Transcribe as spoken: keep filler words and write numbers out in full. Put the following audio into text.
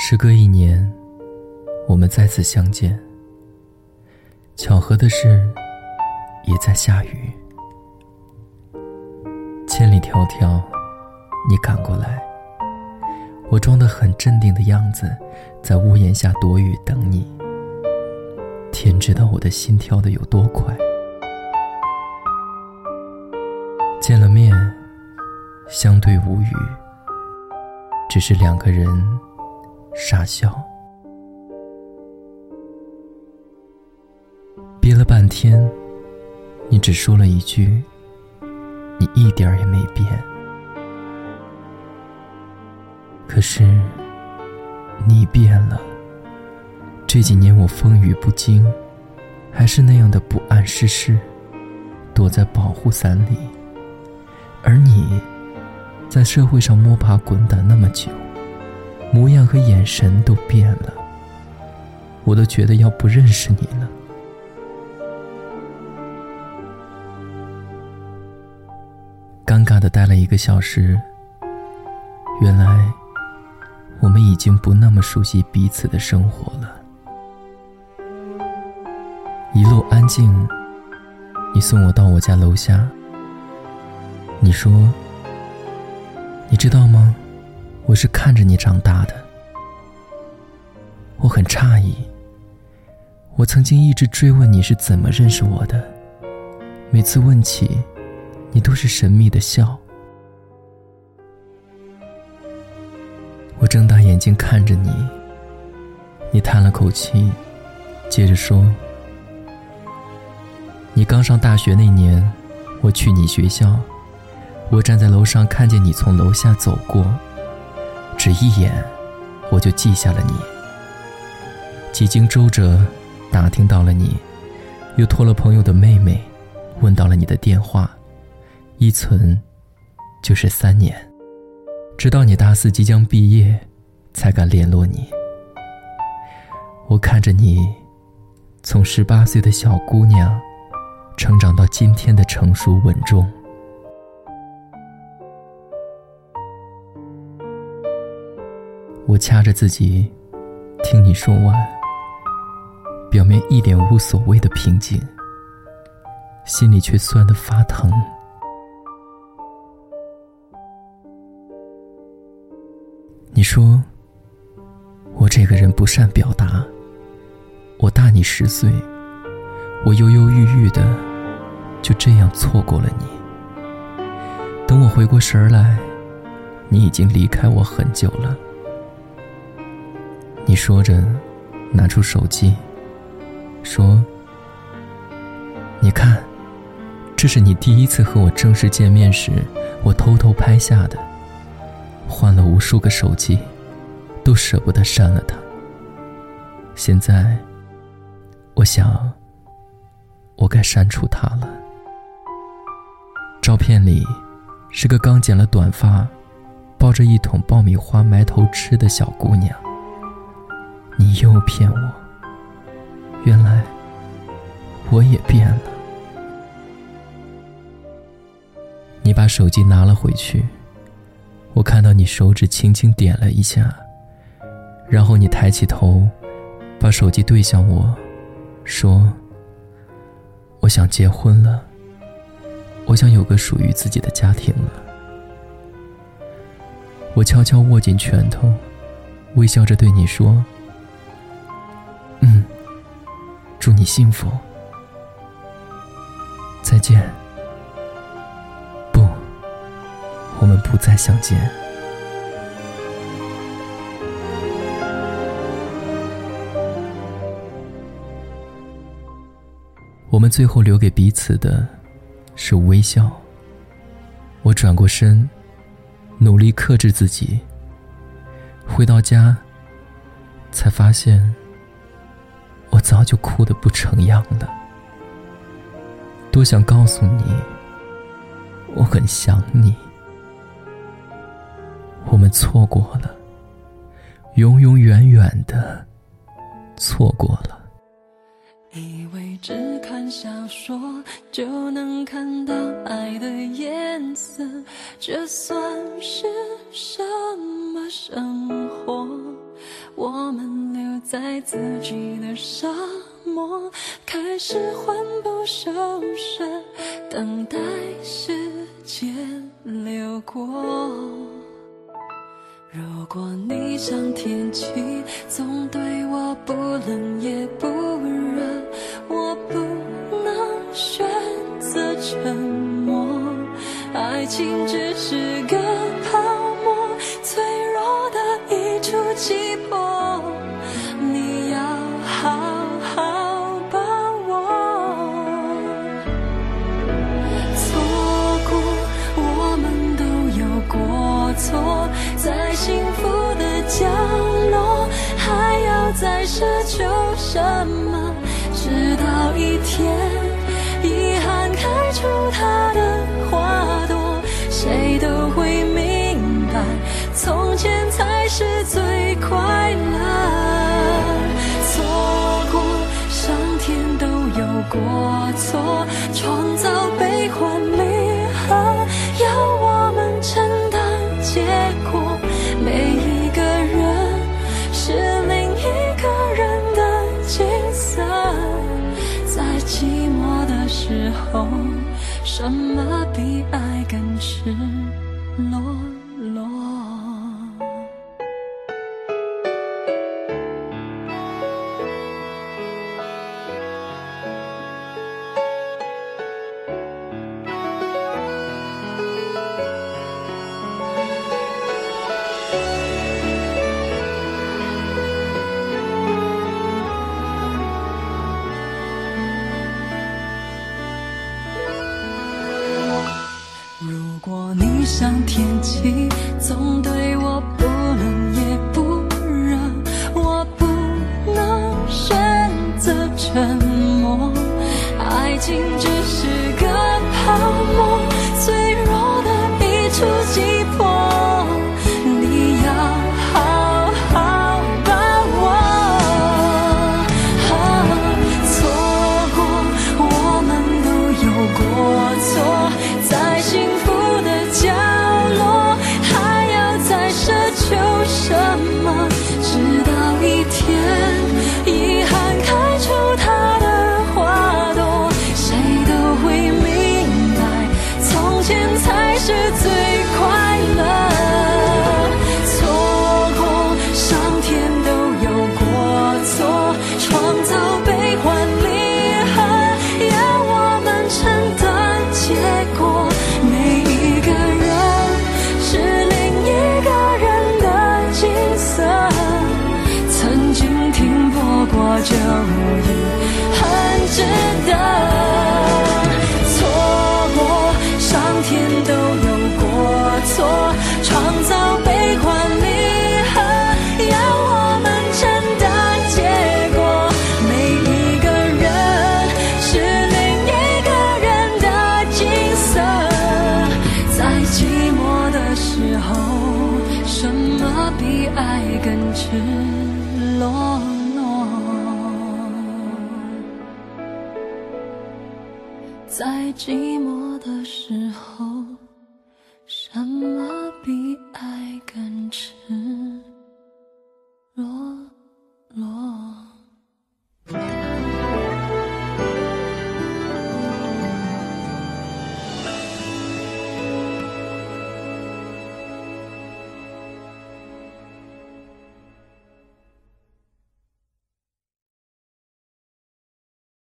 时隔一年，我们再次相见。巧合的是，也在下雨。千里迢迢，你赶过来，我装得很镇定的样子，在屋檐下躲雨等你。天知道我的心跳得有多快。见了面，相对无语，只是两个人傻笑。憋了半天，你只说了一句，你一点儿也没变。可是你变了，这几年我风雨不惊，还是那样的不谙世事，躲在保护伞里。而你在社会上摸爬滚打那么久，模样和眼神都变了，我都觉得要不认识你了。尴尬地待了一个小时，原来我们已经不那么熟悉彼此的生活了。一路安静，你送我到我家楼下。你说，你知道吗？我是看着你长大的。我很诧异，我曾经一直追问你是怎么认识我的，每次问起，你都是神秘的笑。我睁大眼睛看着你，你叹了口气，接着说，你刚上大学那年，我去你学校，我站在楼上看见你从楼下走过，只一眼我就记下了你。几经周折，打听到了你，又托了朋友的妹妹问到了你的电话，一存就是三年，直到你大四即将毕业才敢联络你。我看着你从十八岁的小姑娘成长到今天的成熟稳重。我掐着自己听你说完，表面一脸无所谓的平静，心里却酸得发疼。你说我这个人不善表达，我大你十岁，我忧忧郁郁的就这样错过了你。等我回过神来，你已经离开我很久了。你说着拿出手机说，你看，这是你第一次和我正式见面时我偷偷拍下的，换了无数个手机都舍不得删了它。现在我想我该删除它了。照片里是个刚剪了短发，抱着一桶爆米花埋头吃的小姑娘。你又骗我，原来我也变了。你把手机拿了回去，我看到你手指轻轻点了一下，然后你抬起头，把手机对向我，说，我想结婚了，我想有个属于自己的家庭了。我悄悄握紧拳头，微笑着对你说，嗯，祝你幸福，再见。不，我们不再相见。我们最后留给彼此的是微笑。我转过身，努力克制自己，回到家才发现我早就哭得不成样了。多想告诉你，我很想你。我们错过了，永永远远的错过了。 以为只看小说就能看到爱的颜色，这算是什么生活？我在自己的沙漠，开始魂不守舍，等待时间流过。如果你像天气，总对我不冷也不热，我不能选择沉默。爱情只是个泡沫，脆弱的一触即破，你要好好把握。错过，我们都有过错，在幸福的角落，还要再奢求什么？直到一天，遗憾开出它的花朵，谁都会明白，从前才是最快乐。错过，上天都有过错，创造悲欢离合，要我们承担结果。每一个人是另一个人的景色，在寂寞的时候，什么比爱更赤裸裸？如果你像天气，总对我不冷也不热，我不能选择沉默。爱情只是个泡沫，脆弱的一触即破，你要好好把握。啊，错过，我们都有过错，在幸福的角落，还要再奢求什么？直到一天，遗憾开出它的花朵，谁都会明白，从前才是最快乐。错过，上天都有过错，创造悲欢离合，要我们承担结果。每一个人是另一个人的景色，曾经停泊过就已很值得。错过，上天都有过错，创造悲欢离合，要我们承担结果。每一个人是另一个人的景色，在寂寞的时候，什么比爱更赤裸裸？在寂寞的时候，什么比爱更赤